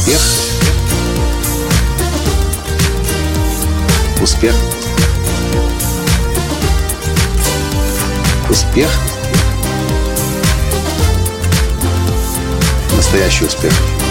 Успех. Успех. Успех. Настоящий успех.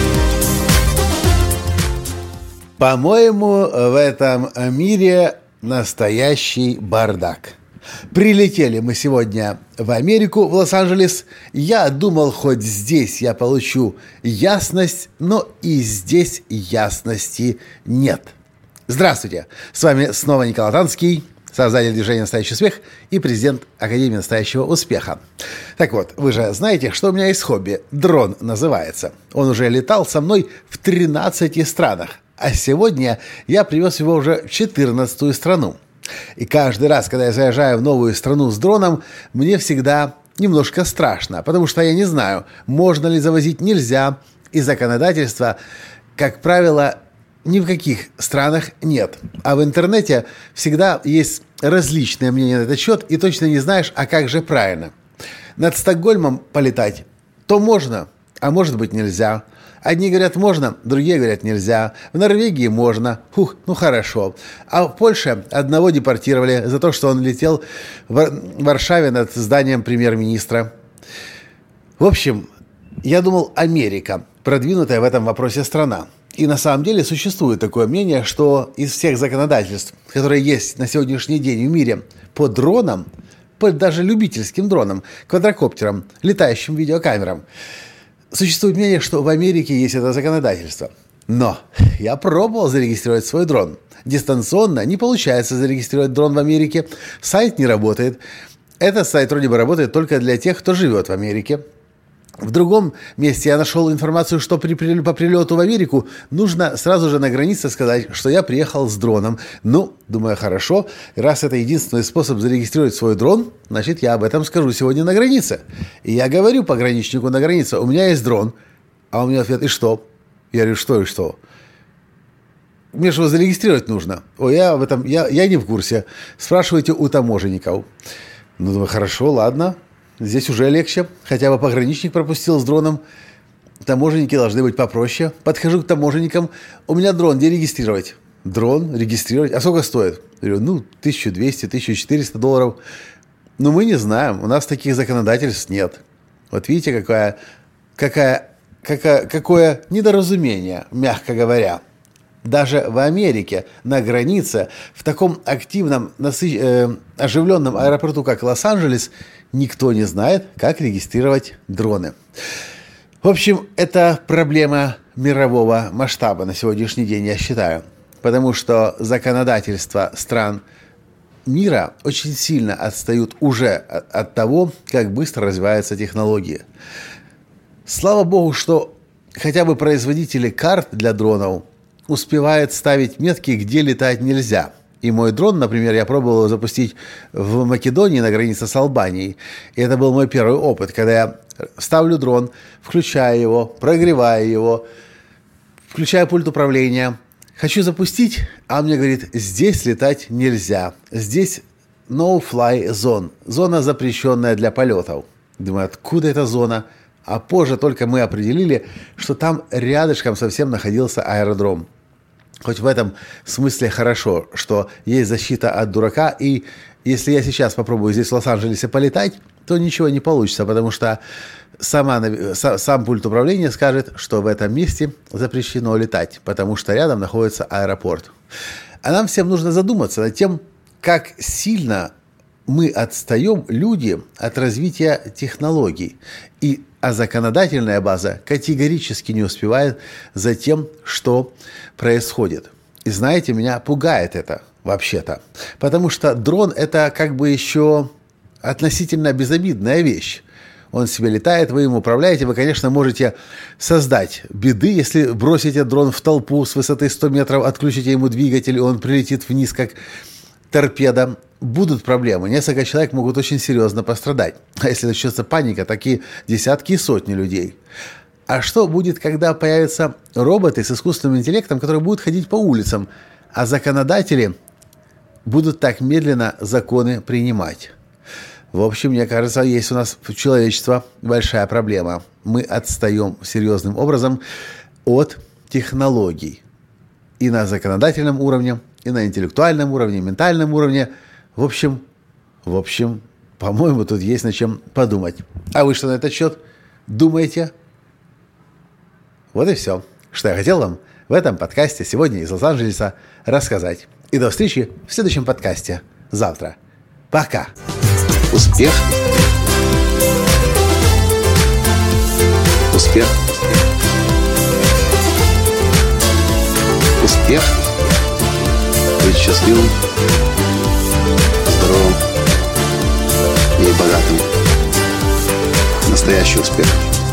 По-моему, в этом мире настоящий бардак. Прилетели мы сегодня в Америку, в Лос-Анджелес. Я думал, хоть здесь я получу ясность, но и здесь ясности нет. Здравствуйте! С вами снова Николай Танский, создатель движения «Настоящий успех» и президент Академии настоящего успеха. Так вот, вы же знаете, что у меня есть хобби. Дрон называется. Он уже летал со мной в 13 странах. А сегодня я привез его уже в 14-ю страну. И каждый раз, когда я заезжаю в новую страну с дроном, мне всегда немножко страшно, потому что я не знаю, можно ли завозить, нельзя. И законодательства, как правило, ни в каких странах нет. А в интернете всегда есть различные мнения на этот счет, и точно не знаешь, а как же правильно. Над Стокгольмом полетать то можно, а может быть нельзя. Одни говорят можно, другие говорят нельзя. В Норвегии можно. Ну хорошо. А в Польше одного депортировали за то, что он летел в Варшаве над зданием премьер-министра. В общем, я думал, Америка продвинутая в этом вопросе страна. И на самом деле существует такое мнение, что из всех законодательств, которые есть на сегодняшний день в мире по дронам, по даже любительским дронам, квадрокоптерам, летающим видеокамерам, существует мнение, что в Америке есть это законодательство. Но я пробовал зарегистрировать свой дрон. Дистанционно не получается зарегистрировать дрон в Америке. Сайт не работает. Этот сайт вроде бы работает только для тех, кто живет в Америке. В другом месте я нашел информацию, что по прилету в Америку нужно сразу же на границе сказать, что я приехал с дроном. Думаю, хорошо, раз это единственный способ зарегистрировать свой дрон, значит, я об этом скажу сегодня на границе. И я говорю пограничнику на границе, у меня есть дрон. А у меня ответ, и что? Я говорю, что и что? Мне же его зарегистрировать нужно. Я не в курсе. Спрашивайте у таможенников. Думаю, хорошо, ладно. Здесь уже легче. Хотя бы пограничник пропустил с дроном. Таможенники должны быть попроще. Подхожу к таможенникам. У меня дрон, где регистрировать? Дрон регистрировать? А сколько стоит? Говорю, $1200-1400. Мы не знаем. У нас таких законодательств нет. Вот видите, какое недоразумение, мягко говоря. Даже в Америке, на границе, в таком активном, оживленном аэропорту, как Лос-Анджелес, никто не знает, как регистрировать дроны. В общем, это проблема мирового масштаба на сегодняшний день, я считаю. Потому что законодательства стран мира очень сильно отстают уже от того, как быстро развиваются технологии. Слава богу, что хотя бы производители карт для дронов успевает ставить метки, где летать нельзя. И мой дрон, например, я пробовал его запустить в Македонии на границе с Албанией. И это был мой первый опыт, когда я ставлю дрон, включаю его, прогреваю его, включаю пульт управления. Хочу запустить, а он мне говорит, здесь летать нельзя. Здесь no-fly zone. Зона, запрещенная для полетов. Думаю, откуда эта зона? А позже только мы определили, что там рядышком совсем находился аэродром. Хоть в этом смысле хорошо, что есть защита от дурака, и если я сейчас попробую здесь в Лос-Анджелесе полетать, то ничего не получится, потому что сам пульт управления скажет, что в этом месте запрещено летать, потому что рядом находится аэропорт. А нам всем нужно задуматься над тем, как сильно мы отстаем, люди, от развития технологий. А законодательная база категорически не успевает за тем, что происходит. И знаете, меня пугает это вообще-то. Потому что дрон – это как бы еще относительно безобидная вещь. Он себе летает, вы им управляете. Вы, конечно, можете создать беды, если бросите дрон в толпу с высоты 100 метров, отключите ему двигатель, и он прилетит вниз, как торпеда. Будут проблемы. Несколько человек могут очень серьезно пострадать. А если начнется паника, такие десятки и сотни людей. А что будет, когда появятся роботы с искусственным интеллектом, которые будут ходить по улицам, а законодатели будут так медленно законы принимать? В общем, мне кажется, есть у нас у человечества большая проблема. Мы отстаем серьезным образом от технологий. И на законодательном уровне, и на интеллектуальном уровне, и ментальном уровне. В общем, по-моему, тут есть над чем подумать. А вы что на этот счет думаете? Вот и все, что я хотел вам в этом подкасте сегодня из Лос-Анджелеса рассказать. И до встречи в следующем подкасте завтра. Пока. Успех. Успех. Успех. Быть счастливым, здоровым и богатым. Настоящий успех.